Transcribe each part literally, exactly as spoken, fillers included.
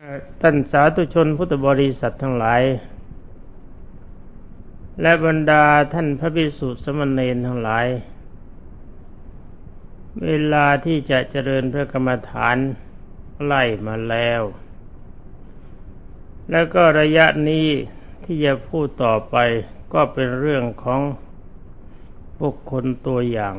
ท่านสาธุชนพุทธบริษัททั้งหลายและบรรดาท่านพระภิกษุสามเณรทั้งหลายเวลาที่จะเจริญพระกรรมฐานใกล้มาแล้วแล้วก็ระยะนี้ที่จะพูดต่อไปก็เป็นเรื่องของบุคคลตัวอย่าง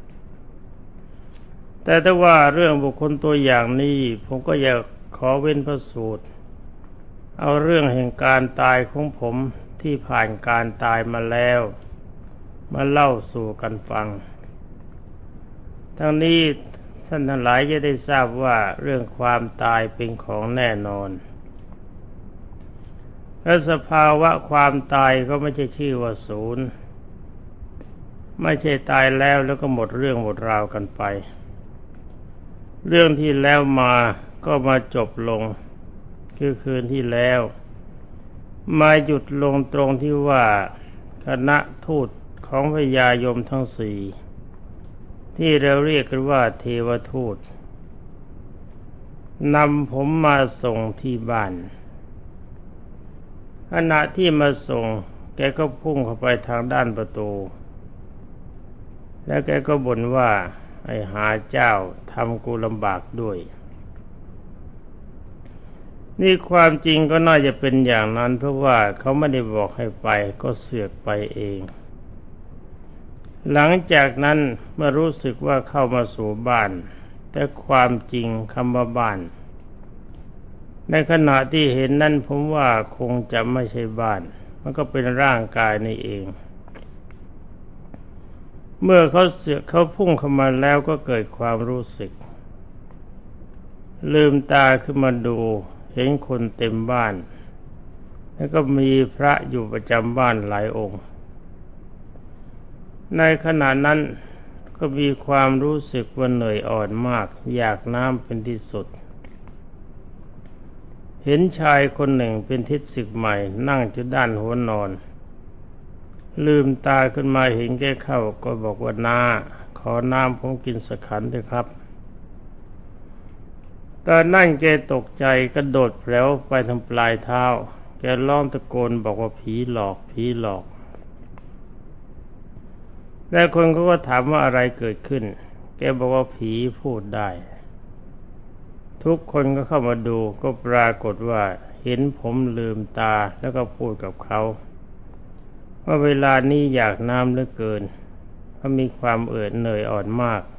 แต่ถ้าว่าเรื่องบุคคลตัวอย่างนี้ผมก็อยากขอเว้นพระสูตรเอาเรื่องแห่งการตายของผมที่ผ่านการตายมาแล้วมาเล่าสู่กันฟังทั้งนี้ท่านทั้งหลายจะได้ทราบว่าเรื่องความตายเป็นของแน่นอนและสภาวะความตายก็ไม่ใช่ชื่อว่าศูนย์ไม่ใช่ตายแล้วแล้วก็หมดเรื่องหมดราวกันไปเรื่องที่แล้วมาก็มาจบลงคือคืนที่แล้วมาหยุดลงตรงที่ว่าคณะทูตของพญายมทั้งสี่ที่เราเรียกกันว่าเทวทูตนำผมมาส่งที่บ้านขณะที่มาส่งแกก็พุ่งเข้าไปทางด้านประตูแล้วแกก็บ่นว่าไอ้หาเจ้าทำกูลำบากด้วยนี่ความจริงก็น่าจะเป็นอย่างนั้นเพราะว่าเขาไม่ได้บอกให้ไปก็เสือกไปเองหลังจากนั้นเมื่อรู้สึกว่าเข้ามาสู่บ้านแต่ความจริงคำว่าบ้านในขณะที่เห็นนั่นผมว่าคงจะไม่ใช่บ้านมันก็เป็นร่างกายนี่เองเมื่อเขาเสือกเขาพุ่งเข้ามาแล้วก็เกิดความรู้สึกลืมตาขึ้นมาดูเห็นคนเต็มบ้านแล้วก็มีพระอยู่ประจำบ้านหลายองค์ในขณะนั้นก็มีความรู้สึกว่าเหนื่อยอ่อนมากอยากน้ำเป็นที่สุดเห็นชายคนหนึ่งเป็นทิศศึกใหม่นั่งอยู่ด้านหัวนอนลืมตาขึ้นมาเห็นแกเข้าก็บอกว่าน้าขอน้ำผมกินสักขันเถอะครับตอนนั่นแกตกใจกระโดดแผลวไปทางปลายเท้าแกร้องตะโกนบอกว่าผีหลอกผีหลอกแล้วคนเขาก็ถามว่าอะไรเกิดขึ้นแกบอกว่าผีพูดได้ทุกคนก็เข้ามาดูก็ปรากฏว่าเห็นผมลืมตาแล้วก็พูดกับเขาว่าเวลานี้อยากน้ำเหลือเกินเพราะมีความเอือดเหนื่อยอ่อนมาก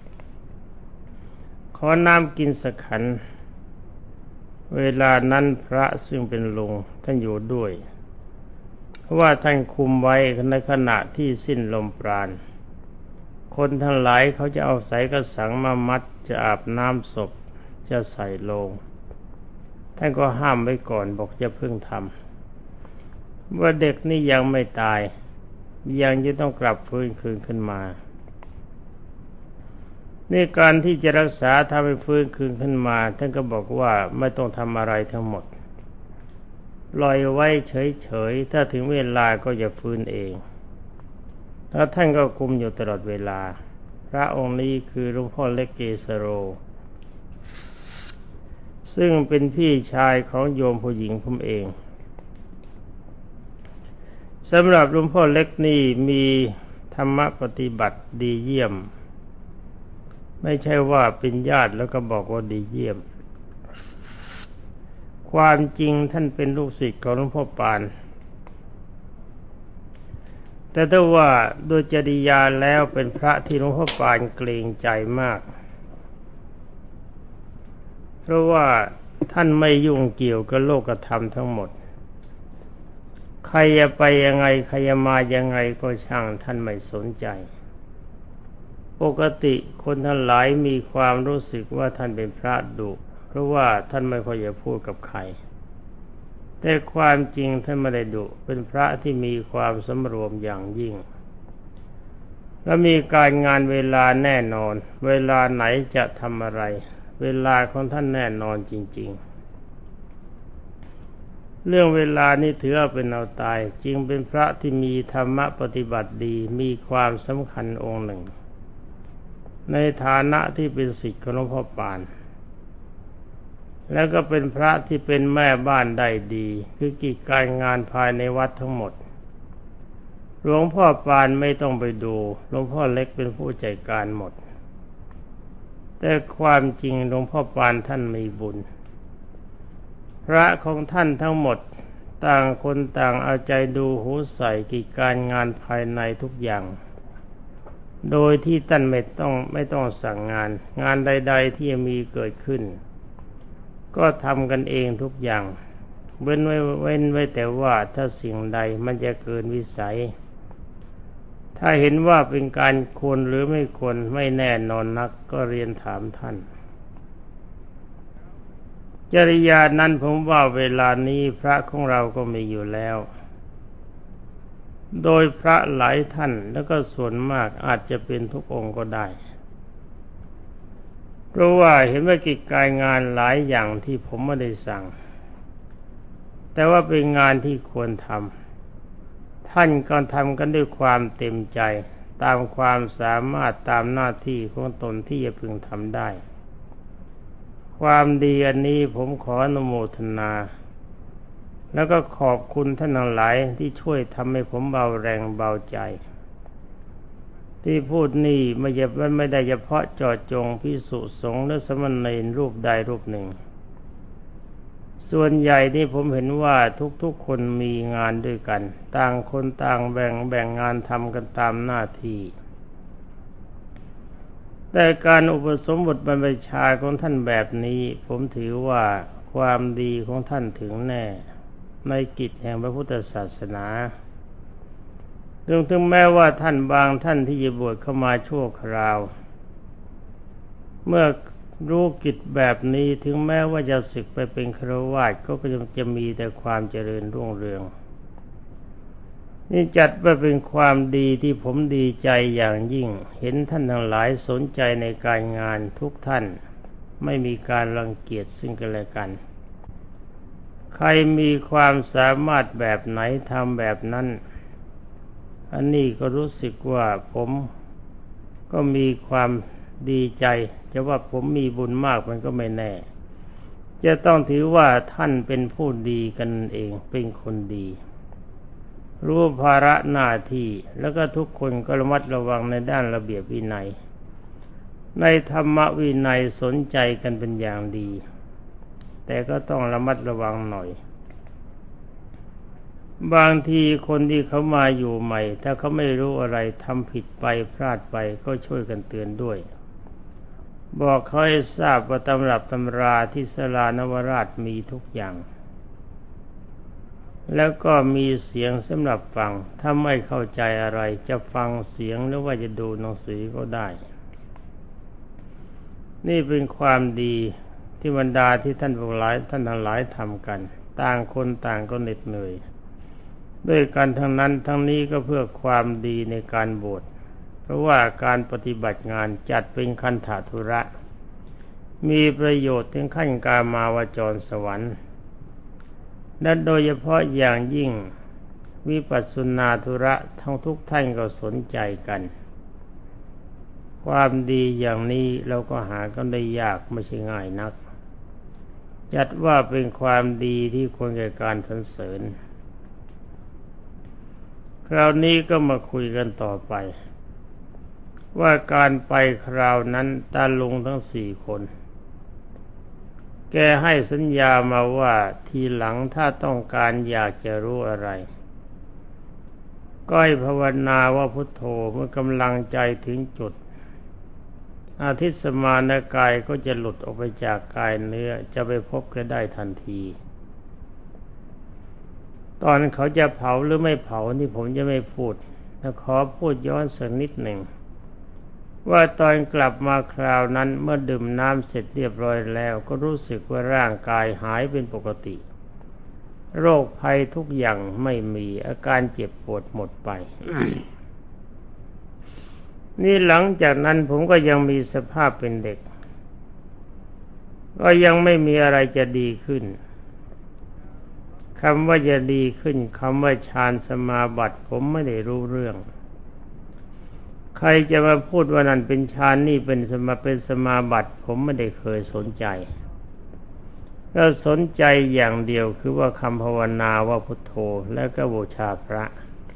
ขอน้ำกินสักขันเวลานั้นพระซึ่งเป็นลุงท่านอยู่ด้วยเพราะว่าท่านคุมไว้ในขณะที่สิ้นลมปราณคนทั้งหลายเขาจะเอาสายกระสังมามัดจะอาบน้ำศพจะใส่โลงท่านก็ห้ามไว้ก่อนบอกอย่าเพิ่งทำว่าเด็กนี่ยังไม่ตายยังจะต้องกลับฟื้นคืนขึ้นมาในการที่จะรักษาทำให้ฟื้นคืนขึ้นมาท่านก็บอกว่าไม่ต้องทำอะไรทั้งหมดปล่อยไว้เฉยๆถ้าถึงเวลาก็จะฟื้นเองแล้วท่านก็คุมอยู่ตลอดเวลาพระองค์นี้คือหลวงพ่อเล็กเกษโรซึ่งเป็นพี่ชายของโยมผู้หญิงผมเองสำหรับหลวงพ่อเล็กนี่มีธรรมปฏิบัติดีเยี่ยมไม่ใช่ว่าเป็นญาติแล้วก็บอกว่าดีเยี่ยมความจริงท่านเป็นลูกศิษย์ของหลวงพ่อปานแต่ถ้าว่าโดยจริยาแล้วเป็นพระที่หลวงพ่อปานเกรงใจมากเพราะว่าท่านไม่ยุ่งเกี่ยวกับโลกธรรมทั้งหมดใครจะไปยังไงใครจะมายังไงก็ช่างท่านไม่สนใจปกติคนทั้งหลายมีความรู้สึกว่าท่านเป็นพระดุเพราะว่าท่านไม่ค่อยจะพูดกับใครแต่ความจริงท่านไม่ได้ดุเป็นพระที่มีความสำรวมอย่างยิ่งและมีการงานเวลาแน่นอนเวลาไหนจะทำอะไรเวลาของท่านแน่นอนจริงๆเรื่องเวลานี้ถือเป็นเอาตายจึงเป็นพระที่มีธรรมะปฏิบัติดีมีความสำคัญองค์หนึ่งในฐานะที่เป็นศิษย์ของหลวงพ่อปานแล้วก็เป็นพระที่เป็นแม่บ้านได้ดีคือกิจการงานภายในวัดทั้งหมดหลวงพ่อปานไม่ต้องไปดูหลวงพ่อเล็กเป็นผู้จัดการหมดแต่ความจริงหลวงพ่อปานท่านมีบุญพระของท่านทั้งหมดต่างคนต่างเอาใจดูหูใส่กิจการงานภายในทุกอย่างโดยที่ท่านไม่ต้องไม่ต้องสั่งงานงานใดๆที่มีเกิดขึ้นก็ทำกันเองทุกอย่างเว้นไว้เว้นไว้แต่ว่าถ้าสิ่งใดมันจะเกินวิสัยถ้าเห็นว่าเป็นการควรหรือไม่ควรไม่แน่นอนนักก็เรียนถามท่านจริยานั้นผมว่าเวลานี้พระของเราก็มีอยู่แล้วโดยพระหลายท่านแล้วก็ส่วนมากอาจจะเป็นทุกองค์ก็ได้เพราะว่าเห็นว่ากิจการงานหลายอย่างที่ผมไม่ได้สั่งแต่ว่าเป็นงานที่ควรทำท่านก็ทำกันด้วยความเต็มใจตามความสามารถตามหน้าที่ของตนที่จะพึงทำได้ความดีอันนี้ผมขออนุโมทนาแล้วก็ขอบคุณท่านทั้งหลายที่ช่วยทำให้ผมเบาแรงเบาใจที่พูดนี่ไม่ใช่ไม่ได้เฉพาะเจาะจงภิกษุสงฆ์หรือสมณเณรรูปใดรูปหนึ่งส่วนใหญ่นี่ผมเห็นว่าทุกๆคนมีงานด้วยกันต่างคนต่างแบ่งแบ่งงานทำกันตามหน้าที่แต่การอุปสมบทบรรพชาของท่านแบบนี้ผมถือว่าความดีของท่านถึงแน่ในกิจแห่งพระพุทธศาสนาถึงถึงแม้ว่าท่านบางท่านที่จะบวชเข้ามาชั่วคราวเมื่อรู้กิจแบบนี้ถึงแม้ว่าจะศึกไปเป็นฆราวาสก็จะมีแต่ความเจริญรุ่งเรืองนี่จัดว่าเป็นความดีที่ผมดีใจอย่างยิ่งเห็นท่านทั้งหลายสนใจในการงานทุกท่านไม่มีการรังเกียจซึ่งกันและกันใครมีความสามารถแบบไหนทำแบบนั้นอันนี้ก็รู้สึกว่าผมก็มีความดีใจจะว่าผมมีบุญมากมันก็ไม่แน่จะต้องถือว่าท่านเป็นผู้ดีกันเองเป็นคนดีรู้ภาระหน้าที่แล้วก็ทุกคนก็ระมัดระวังในด้านระเบียบวินัยในธรรมวินัยสนใจกันเป็นอย่างดีแต่ก็ต้องระมัดระวังหน่อยบางทีคนที่เขามาอยู่ใหม่ถ้าเขาไม่รู้อะไรทำผิดไปพลาดไปก็ช่วยกันเตือนด้วยบอกเขาให้ทราบว่าตำรับตำราที่ศาลานวราชมีทุกอย่างแล้วก็มีเสียงสำหรับฟังถ้าไม่เข้าใจอะไรจะฟังเสียงหรือว่าจะดูหนังสือก็ได้นี่เป็นความดีที่บรรดาที่ท่านทั้งหลายท่านทั้งหลายทำกันต่างคนต่างก็เหน็ดเหนื่อยด้วยกันทั้งนั้นทั้งนี้ก็เพื่อความดีในการบวชเพราะว่าการปฏิบัติงานจัดเป็นคันธธุระมีประโยชน์ถึงขั้นกามาวจรสวรรค์และโดยเฉพาะอย่างยิ่งวิปัสสนาธุระทั้งทุกท่านก็สนใจกันความดีอย่างนี้เราก็หากันได้ยากไม่ใช่ง่ายนักจัดว่าเป็นความดีที่ควรแก่การสรรเสริญคราวนี้ก็มาคุยกันต่อไปว่าการไปคราวนั้นตาลุงทั้งสี่คนแกให้สัญญามาว่าทีหลังถ้าต้องการอยากจะรู้อะไรก็ให้ภาวนาว่าพุทโธเมื่อกำลังใจถึงจุดอาทิตย์สมานกายก็จะหลุดออกไปจากกายเนื้อจะไปพบกันได้ทันทีตอนเขาจะเผาหรือไม่เผานี่ผมจะไม่พูดแต่ขอพูดย้อนสักนิดหนึ่งว่าตอนกลับมาคราวนั้นเมื่อดื่มน้ำเสร็จเรียบร้อยแล้วก็รู้สึกว่าร่างกายหายเป็นปกติโรคภัยทุกอย่างไม่มีอาการเจ็บปวดหมดไป นี่หลังจากนั้นผมก็ยังมีสภาพเป็นเด็กก็ยังไม่มีอะไรจะดีขึ้นคำว่าจะดีขึ้นคำว่าฌานสมาบัติผมไม่ได้รู้เรื่องใครจะมาพูดว่านั่นเป็นฌานนี่เป็นสมาเป็นสมาบัติผมไม่ได้เคยสนใจเราสนใจอย่างเดียวคือว่าคำภาวนาว่าพุทโธแล้วก็บูชาพระ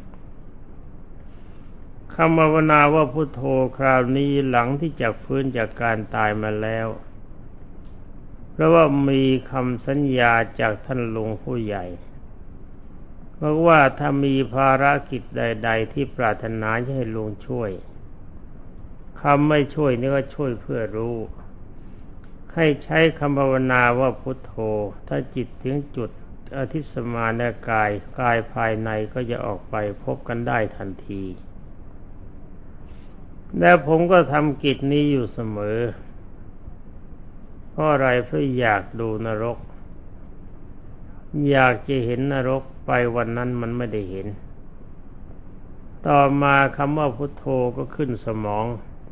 คำภาวนาว่าพุทโธคราวนี้หลังที่จะฟื้นจากการตายมาแล้วเพราะว่ามีคำสัญญาจากท่านลุงผู้ใหญ่บอกว่าถ้ามีภารกิจใดๆที่ปรารถนาจะให้ลุงช่วยคำไม่ช่วยนี่ก็ช่วยเพื่อรู้ให้ใช้คำภาวนาว่าพุทโธถ้าจิตถึงจุดอธิสมานกายกายภายในก็จะออกไปพบกันได้ทันทีและผมก็ทำกิจนี้อยู่เสมอเพราะอะไรเพราะอยากดูนรกอยากจะเห็นนรกไปวันนั้นมันไม่ได้เห็นต่อมาคำว่าพุทโธก็ขึ้นสมอง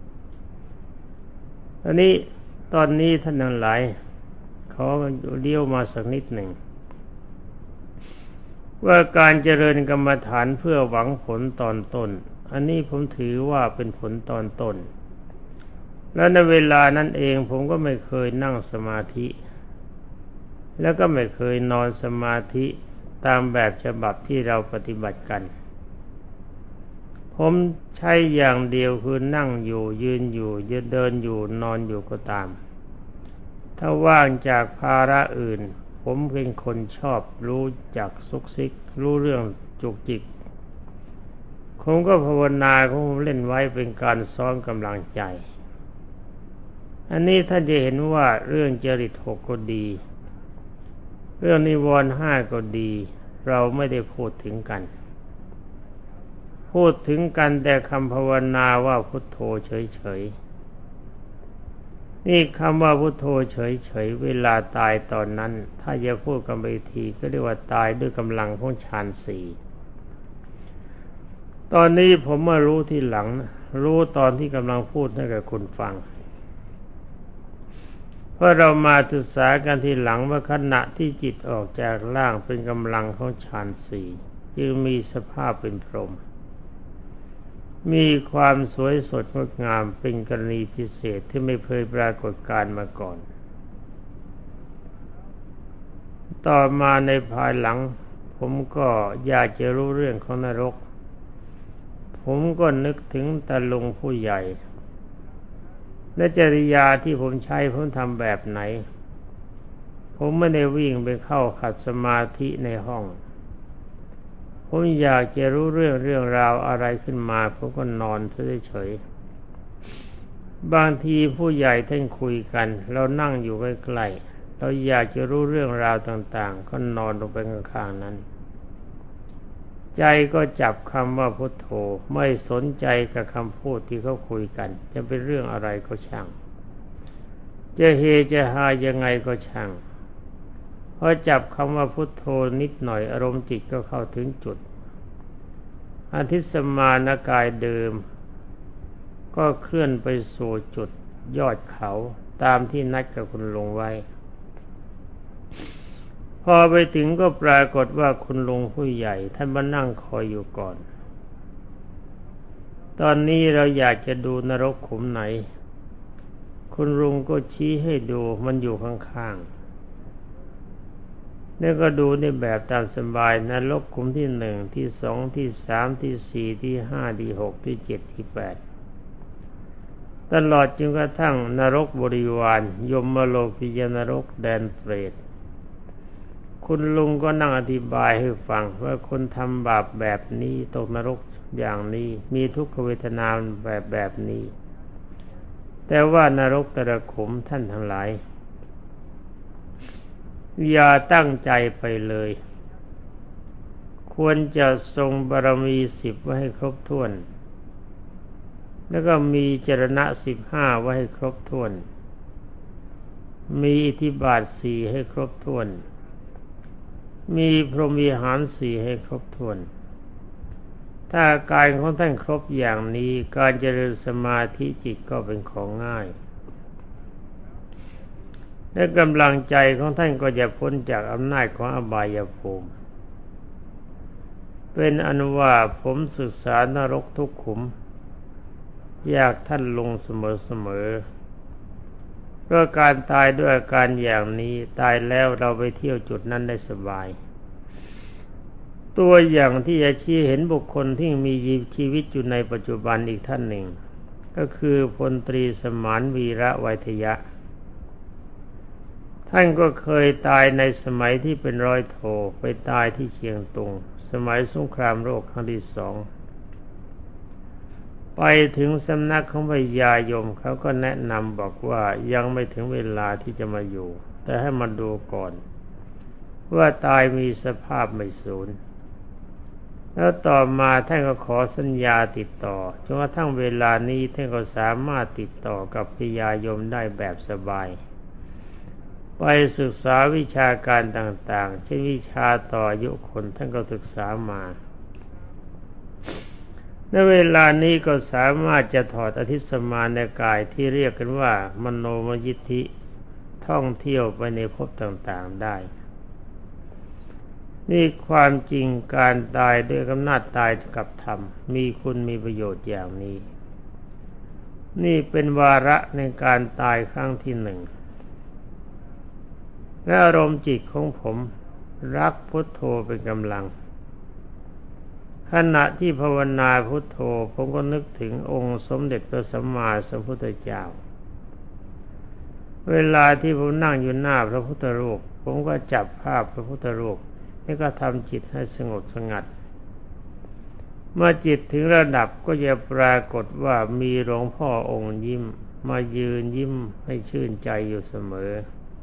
อันนี้ตอนนี้ท่านทั้งหลายขอเลี้ยวมาสักนิดหนึ่งว่าการเจริญกรรมฐานเพื่อหวังผลตอนต้นอันนี้ผมถือว่าเป็นผลตอนต้นและในเวลานั้นเองผมก็ไม่เคยนั่งสมาธิแล้วก็ไม่เคยนอนสมาธิตามแบบฉบับที่เราปฏิบัติกันผมใช้อย่างเดียวคือนั่งอยู่ยืนอยู่ยืนเดินอยู่นอนอยู่ก็ตามถ้าว่างจากภาระอื่นผมเป็นคนชอบรู้จักซุกซิกรู้เรื่องจุกจิกผมก็ภาวนาของผมเล่นไว้เป็นการซ้อมกำลังใจอันนี้ท่านจะเห็นว่าเรื่องจริตหกก็ดีเรื่องนิวรณ์ห้าก็ดีเราไม่ได้พูดถึงกันพูดถึงกันแต่คำภาวนาว่าพุทโธเฉยๆนี่คำว่าพุทโธเฉยๆเวลาตายตอนนั้นถ้าจะพูดกันไปทีก็เรียกว่าตายด้วยกำลังของฌานสี่ตอนนี้ผมมารู้ที่หลังรู้ตอนที่กำลังพูดให้กับคุณฟังเพราะเรามาศึกษากันทีหลังว่าขณะที่จิตออกจากร่างเป็นกำลังของฌานสี่จึงมีสภาพเป็นพรหมมีความสวยสดงดงามเป็นกรณีพิเศษที่ไม่เคยปรากฏการมาก่อนต่อมาในภายหลังผมก็อยากจะรู้เรื่องของนรกผมก็นึกถึงตาลุงผู้ใหญ่และจริยาที่ผมใช้ผมทำแบบไหนผมไม่ได้วิ่งไปเข้าขัดสมาธิในห้องผมอยากจะรู้เรื่องเรื่องราวอะไรขึ้นมาผมก็นอนเฉยๆบางทีผู้ใหญ่ท่านคุยกันเรานั่งอยู่ใกล้ๆเราอยากจะรู้เรื่องราวต่างๆก็นอนลงไปข้างๆนั้นใจก็จับคำว่าพุทโธไม่สนใจกับคำพูดที่เขาคุยกันจะเป็นเรื่องอะไรก็ช่างจะเฮจะฮายังไงก็ช่างพอจับคำว่าพุทโธนิดหน่อยอารมณ์จิตก็เข้าถึงจุดอธิสมานกายเดิมก็เคลื่อนไปสู่จุดยอดเขาตามที่นัดกับคุณลุงไว้พอไปถึงก็ปรากฏว่าคุณลุงผู้ใหญ่ท่านมานั่งคอยอยู่ก่อนตอนนี้เราอยากจะดูนรกขุมไหนคุณลุงก็ชี้ให้ดูมันอยู่ข้างๆแล้วก็ดูในแบบตามสบายนรกขุมที่หนึ่งที่สองที่สามที่สี่ที่ห้าที่หกที่เจ็ดที่แปดตลอดจนกระทั่งนรกบริวารยมโลกิยนรกแดนเปรตคุณลุงก็นั่งอธิบายให้ฟังว่าคนทำบาปแบบนี้ตกนรกอย่างนี้มีทุกขเวทนาแบบแบบนี้แต่ว่านรกแต่ละขุมท่านทั้งหลายอย่าตั้งใจไปเลยควรจะทรงบารมีสิบไว้ให้ครบถ้วนแล้วก็มีจรณะสิบห้าไว้ให้ครบถ้วนมีอิทธิบาทสี่ให้ครบถ้วนมีพรหมวิหารสี่ให้ครบถ้วนถ้ากายของท่านครบอย่างนี้การเจริญสมาธิจิตก็เป็นของง่ายและกำลังใจของท่านก็จะพ้นจากอำนาจของอบายภูมิเป็นอนุว่าผมศึกษานรกทุกขุมอยากท่านลงเสมอเพราะการตายด้วยอาการอย่างนี้ตายแล้วเราไปเที่ยวจุดนั้นได้สบายตัวอย่างที่จะชี้เห็นบุคคลที่มีชีวิตอยู่ในปัจจุบันอีกท่านหนึ่งก็คือพลตรีสมานวีระไวทยะท่านก็เคยตายในสมัยที่เป็นร้อยโทไปตายที่เชียงตุงสมัยสงครามโลกครั้งที่สองไปถึงสำนักของพญายมเขาก็แนะนำบอกว่ายังไม่ถึงเวลาที่จะมาอยู่แต่ให้มาดูก่อนว่าตายมีสภาพไม่สูญแล้วต่อมาท่านก็ขอสัญญาติดต่อจนกระทั่งเวลานี้ท่านก็สามารถติดต่อกับพญายมได้แบบสบายไปศึกษาวิชาการต่างๆเช่นวิชาต่ออายุคนท่านก็ศึกษามาในเวลานี้ก็สามารถจะถอดอธิสมานในกายที่เรียกกันว่ามโนมยิทธิท่องเที่ยวไปในภพต่างๆได้นี่ความจริงการตายด้วยอำนาจตายกับธรรมมีคุณมีประโยชน์อย่างนี้นี่เป็นวาระในการตายครั้งที่หนึ่งและอารมณ์จิตของผมรักพุทโธเป็นกำลังขณะที่ภาวนาพุทโธผมก็นึกถึงองค์สมเด็จพระสัมมาสัมพุทธเจ้าเวลาที่ผมนั่งอยู่หน้าพระพุทธรูปผมก็จับภาพพระพุทธรูปนี่ก็ทำจิตให้สงบสงัดเมื่อจิตถึงระดับก็จะปรากฏว่ามีหลวงพ่อองค์ยิ้มมายืนยิ้มให้ชื่นใจอยู่เสมอ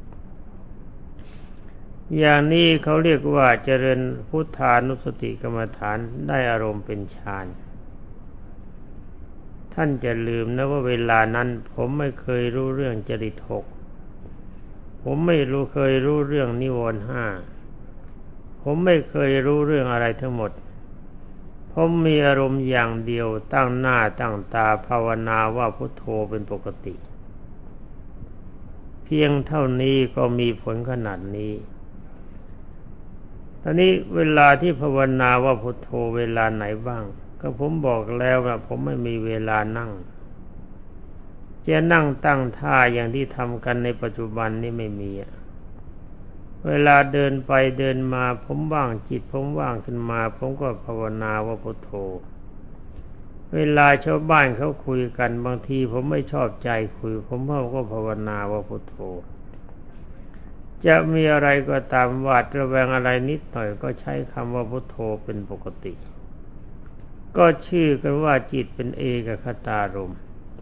อย่างนี้เขาเรียกว่าเจริญพุทธานุสติกรรมฐานได้อารมณ์เป็นฌานท่านจะลืมนะว่าเวลานั้นผมไม่เคยรู้เรื่องจริตหกผมไม่รู้เคยรู้เรื่องนิวรณ์ห้าผมไม่เคยรู้เรื่องอะไรทั้งหมดผมมีอารมณ์อย่างเดียวตั้งหน้าตั้งตาภาวนาว่าพุทโธเป็นปกติเพียงเท่านี้ก็มีผลขนาดนี้ตอนนี้เวลาที่ภาวนาว่าพุทโธเวลาไหนบ้างก็ผมบอกแล้วว่าผมไม่มีเวลานั่งจะนั่งตั้งท่าอย่างที่ทำกันในปัจจุบันนี้ไม่มีเวลาเดินไปเดินมาผมว่างจิตผมว่างขึ้นมาผมก็ภาวนาว่าพุทโธเวลาชาวบ้านเขาคุยกันบางทีผมไม่ชอบใจคุยผมก็ภาวนาว่าพุทโธจะมีอะไรก็ตามหวาดระแวงอะไรนิดหน่อยก็ใช้คำว่าพุทโธเป็นปกติก็ชื่อกันว่าจิตเป็นเอกคตารมณ์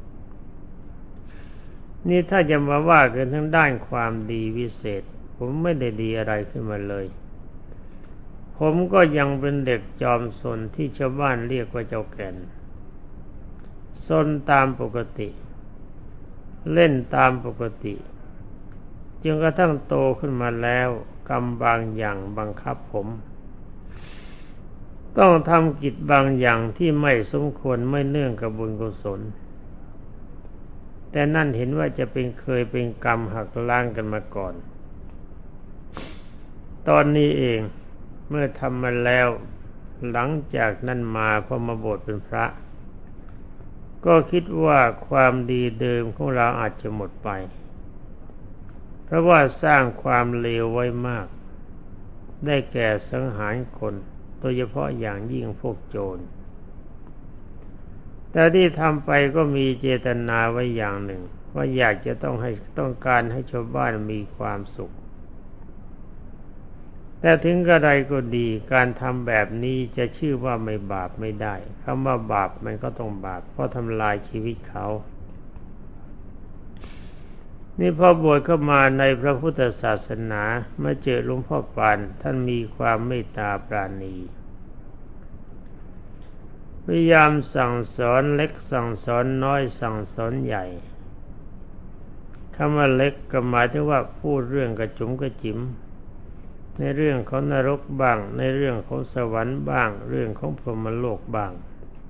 นี่ถ้าจะมาว่ากันทั้งด้านความดีวิเศษผมไม่ได้ดีอะไรขึ้นมาเลยผมก็ยังเป็นเด็กจอมซนที่ชาวบ้านเรียกว่าเจ้าแก่นซนตามปกติเล่นตามปกติจนกระทั่งโตขึ้นมาแล้วกรรมบางอย่างบังคับผมต้องทำกิจบางอย่างที่ไม่สมควรไม่เนื่องกับบุญกุศลแต่นั่นเห็นว่าจะเป็นเคยเป็นกรรมหักล้างกันมาก่อนตอนนี้เองเมื่อทำมาแล้วหลังจากนั้นมาพอมาบวชเป็นพระก็คิดว่าความดีเดิมของเราอาจจะหมดไปเพราะว่าสร้างความเลวไว้มากได้แก่สังหารคนโดยเฉพาะอย่างยิ่งพวกโจรแต่ที่ทำไปก็มีเจตนาไว้อย่างหนึ่งว่าอยากจะต้องให้ต้องการให้ชาวบ้านมีความสุขแต่ถึงกระไรก็ดีการทำแบบนี้จะชื่อว่าไม่บาปไม่ได้คำว่าบาปมันก็ต้องบาปเพราะทำลายชีวิตเขานี่พอบวชเข้ามาในพระพุทธศาสนาเมื่อเจอหลวงพ่อปานท่านมีความเมตตาปราณีพยายามสั่งสอนเล็กสั่งสอนน้อยสั่งสอนใหญ่คำว่าเล็กก็หมายถึงว่าพูดเรื่องกระจุ๋มกระจิ๋มในเรื่องของนรกบ้างในเรื่องของสวรรค์บ้างเรื่องของพรหมโลกบ้าง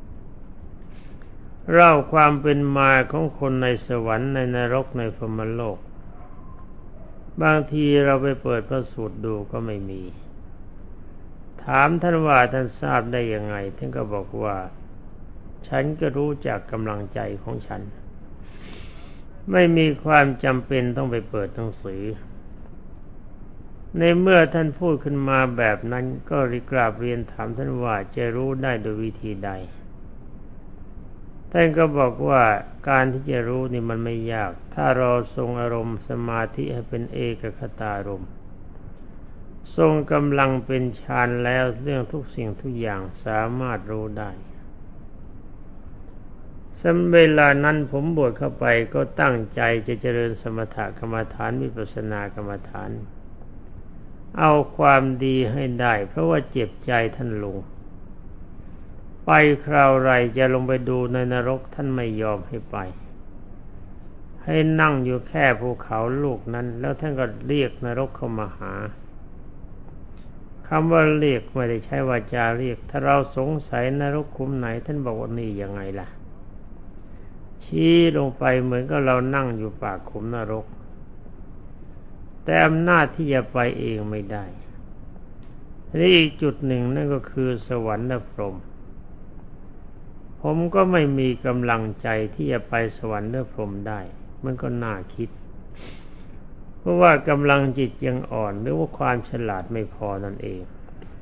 เล่าความเป็นมาของคนในสวรรค์ในนรกในพรหมโลกบางทีเราไปเปิดพระสูตรดูก็ไม่มีถามท่านว่าท่านทราบได้ยังไงท่านก็บอกว่าฉันก็รู้จักกำลังใจของฉันไม่มีความจำเป็นต้องไปเปิดหนังสือในเมื่อท่านพูดขึ้นมาแบบนั้นก็ริกราบเรียนถามท่านว่าจะรู้ได้โดยวิธีใดท่านก็บอกว่าการที่จะรู้นี่มันไม่ยากถ้าเราทรงอารมณ์สมาธิให้เป็นเอกคตารมณ์ทรงกำลังเป็นฌานแล้วเรื่องทุกสิ่งทุกอย่างสามารถรู้ได้สำเวลานั้นผมบวชเข้าไปก็ตั้งใจจะเจริญสมถกรรมฐานวิปัสสนากรรมฐานเอาความดีให้ได้เพราะว่าเจ็บใจท่านลุงไปคราวไรจะลงไปดูในนรกท่านไม่ยอมให้ไปให้นั่งอยู่แค่ภูเขาลูกนั้นแล้วท่านก็เรียกนรกเข้ามาหาคำว่าเรียกไม่ได้ใช้วาจาเรียกถ้าเราสงสัยนรกคุ้มไหนท่านบอกว่านี่ยังไงล่ะชี้ลงไปเหมือนกับเรานั่งอยู่ปากขุมนรกแต่อำนาจที่จะไปเองไม่ได้และอีกจุดหนึ่งนั่นก็คือสวรรค์และพรหมผมก็ไม่มีกำลังใจที่จะไปสวรรค์และพรหมได้มันก็น่าคิดเพราะว่ากำลังจิตยังอ่อนหรือว่าความฉลาดไม่พอนั่นเอง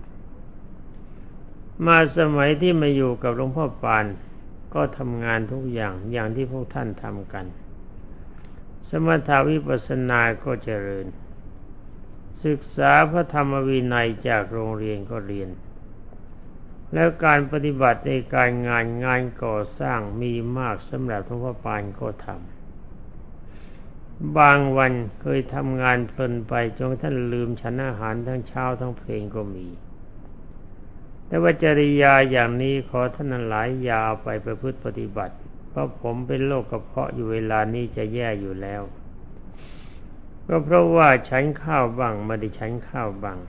มาสมัยที่มาอยู่กับหลวงพ่อปานก็ทำงานทุกอย่างอย่างที่พวกท่านทำกันสมถาวิปัสสนาก็เจริญศึกษาพระธรรมวินัยจากโรงเรียนก็เรียนแล้วการปฏิบัติในการงานงานก่อสร้างมีมากสำหรับหลวงพ่อปานก็ทำบางวันเคยทำงานเพลินไปจนท่านลืมฉันอาหารทั้งเช้าทั้งเพลงก็มีแต่ว่าจริยาอย่างนี้ขอท่านหลายอย่าเอาไปประพฤติปฏิบัติเพราะผมเป็นโรคกระเพาะอยู่เวลานี้จะแย่อยู่แล้วก็เพราะว่าฉันข้าวบ้างไม่ได้ฉันข้าวบ้าง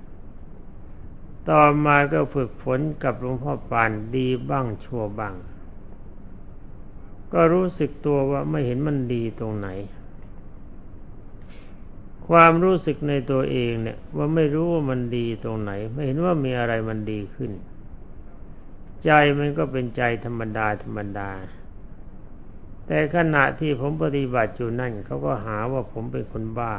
ต่อมาก็ฝึกฝนกับหลวงพ่อปานดีบ้างชั่วบ้างก็รู้สึกตัวว่าไม่เห็นมันดีตรงไหนความรู้สึกในตัวเองเนี่ยว่าไม่รู้ว่ามันดีตรงไหนไม่เห็นว่ามีอะไรมันดีขึ้นใจมันก็เป็นใจธรรมดาธรรมดาแต่ขณะที่ผมปฏิบัติอยู่นั่นเขาก็หาว่าผมเป็นคนบ้า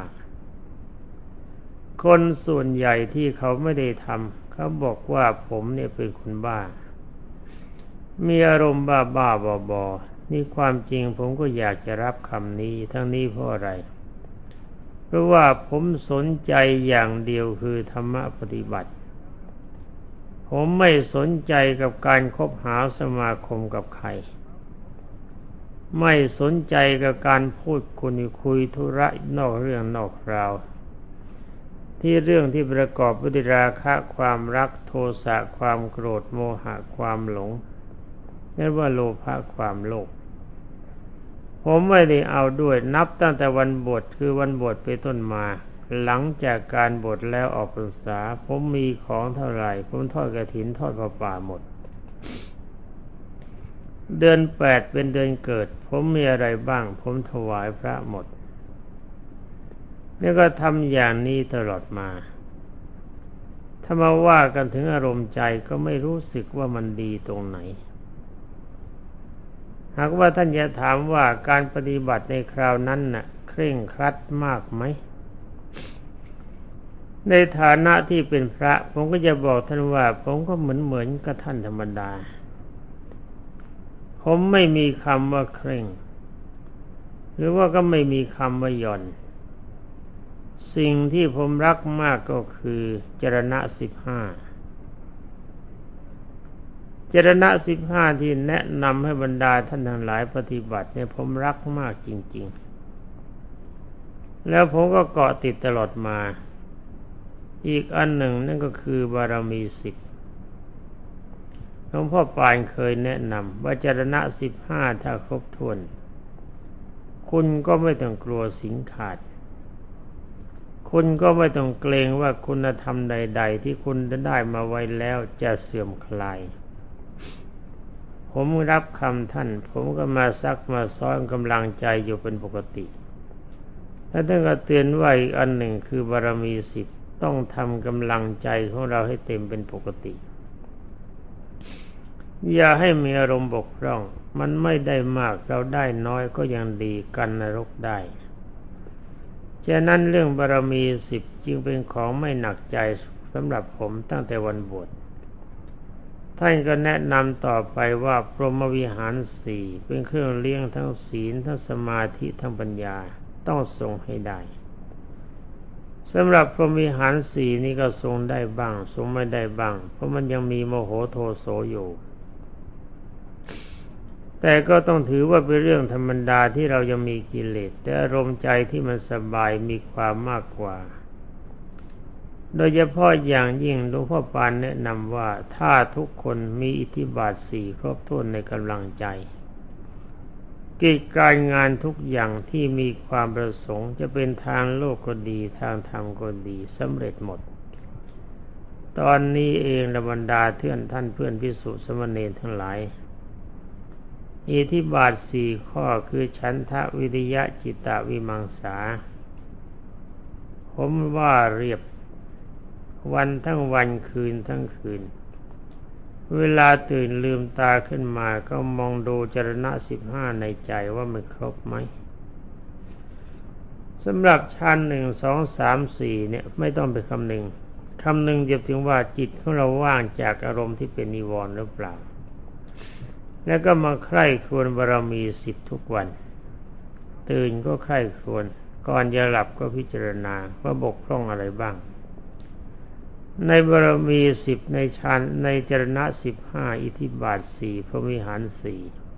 คนส่วนใหญ่ที่เขาไม่ได้ทำเขาบอกว่าผมเนี่ยเป็นคนบ้ามีอารมณ์บ้าบ้าบอบอนี่ความจริงผมก็อยากจะรับคำนี้ทั้งนี้เพราะอะไรเพราะว่าผมสนใจอย่างเดียวคือธรรมะปฏิบัติผมไม่สนใจกับการคบหาสมาคมกับใครไม่สนใจกับการพูดคุยคุยธุระนอกเรื่องนอกราวที่เรื่องที่ประกอบด้วยราคะความรักโทสะความโกรธโมหะความหลงเรียกว่าโลภะความโลภผมไม่ได้เอาด้วยนับตั้งแต่วันบวชคือวันบวชไปต้นมาหลังจากการบวชแล้วออกพรรษาผมมีของเท่าไหร่ผมทอดกฐินทอดผ้าป่าหมดเดือนแปดเป็นเดือนเกิดผมมีอะไรบ้างผมถวายพระหมดนี่ก็ทำอย่างนี้ตลอดมาถ้ามาว่ากันถึงอารมณ์ใจก็ไม่รู้สึกว่ามันดีตรงไหนหากว่าท่านจะถามว่าการปฏิบัติในคราวนั้นน่ะเคร่งครัดมากไหมในฐานะที่เป็นพระผมก็จะบอกท่านว่าผมก็เหมือนเหมือนกับท่านธรรมดาผมไม่มีคำว่าเคร่งหรือว่าก็ไม่มีคำว่าหย่อนสิ่งที่ผมรักมากก็คือจรณะสิบห้าจรณะสิบห้าที่แนะนำให้บรรดาท่านทั้งหลายปฏิบัติเนี่ยผมรักมากจริงๆแล้วผมก็เกาะติดตลอดมาอีกอันหนึ่งนั่นก็คือบารมีสิบหลวงพ่อปานเคยแนะนำว่าจรณะสิบห้าถ้าครบถ้วนคุณก็ไม่ต้องกลัวสินขาดคุณก็ไม่ต้องเกรงว่าคุณธรรมใดๆที่คุณได้มาไว้แล้วจะเสื่อมคลายผมรับคำท่านผมก็มาซักมาซ้อนกำลังใจอยู่เป็นปกติและท่านก็เตือนว่าอีกอันหนึ่งคือบารมีสิบต้องทำกำลังใจของเราให้เต็มเป็นปกติอย่าให้มีอารมณ์บกพร่องมันไม่ได้มากเราได้น้อยก็ยังดีกันนรกได้ฉะนั้นเรื่องบารมีสิบจึงเป็นของไม่หนักใจสำหรับผมตั้งแต่วันบวชท่านก็แนะนำต่อไปว่าพรหมวิหารสี่เป็นเครื่องเลี้ยงทั้งศีลทั้งสมาธิทั้งปัญญาต้องทรงให้ได้สำหรับพรหมวิหารสี่นี่ก็ทรงได้บ้างทรงไม่ได้บ้างเพราะมันยังมีโมโหโทโสอยู่แต่ก็ต้องถือว่าเป็นเรื่องธรรมดาที่เรายังมีกิเลสแต่อารมณ์ใจที่มันสบายมีความมากกว่าโดยเฉพาะอย่างยิ่งหลวงพ่อปานแนะนำว่าถ้าทุกคนมีอิทธิบาทสี่ครบถ้วนในกำลังใจกิจการงานทุกอย่างที่มีความประสงค์จะเป็นทางโลกก็ดีทางธรรมก็ดีสำเร็จหมดตอนนี้เองบรรดาเพื่อนท่านเพื่อนภิกษุสมณเณรทั้งหลายอิทธิบาทสี่ข้อคือฉันทะวิริยะจิตตวิมังสาผมว่าเรียบวันทั้งวันคืนทั้งคืนเวลาตื่นลืมตาขึ้นมาก็มองดูจรณะสิบห้าในใจว่ามันครบไหมสำหรับชั้นหนึ่งสองสามสี่เนี่ยไม่ต้องไปคำหนึ่งคำหนึ่งจะถึงว่าจิตของเราว่างจากอารมณ์ที่เป็นนิวรณ์หรือเปล่าแล้วก็มาใคร่ครวญบารมีสิบทุกวันตื่นก็ใคร่ครวญก่อนจะหลับก็พิจารณาว่าบกพร่องอะไรบ้างในบารมีสิบในฌานในจรณะสิบห้าอิทธิบาทสี่พรหมวิหารสี่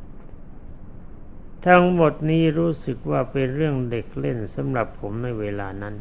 ทั้งหมดนี้รู้สึกว่าเป็นเรื่องเด็กเล่นสำหรับผมในเวลานั้น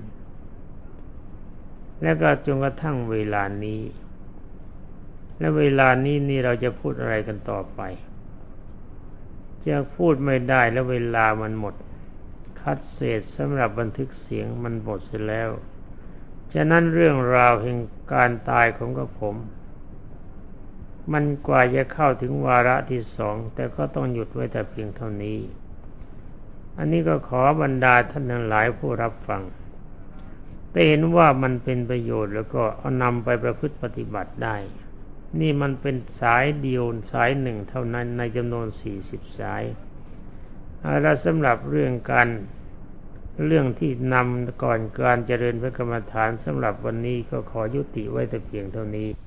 และก็จนกระทั่งเวลานี้และเวลานี้นี่เราจะพูดอะไรกันต่อไปจะพูดไม่ได้แล้วเวลามันหมดคัดเศษสำหรับบันทึกเสียงมันหมดเสียแล้วฉะนั้นเรื่องราวแห่งการตายของกระผมมันกว่าจะเข้าถึงวาระที่สองแต่ก็ต้องหยุดไว้แต่เพียงเท่านี้อันนี้ก็ขอบรรดาท่านทั้งหลายผู้รับฟังได้เห็นว่ามันเป็นประโยชน์แล้วก็เอานำไปประพฤติปฏิบัติได้นี่มันเป็นสายเดียวสายหนึ่งเท่านั้นในจำนวนสี่สิบสายและสำหรับเรื่องการเรื่องที่นำก่อนการเจริญพระกรรมฐานสำหรับวันนี้ก็ขอยุติไว้แต่เพียงเท่านี้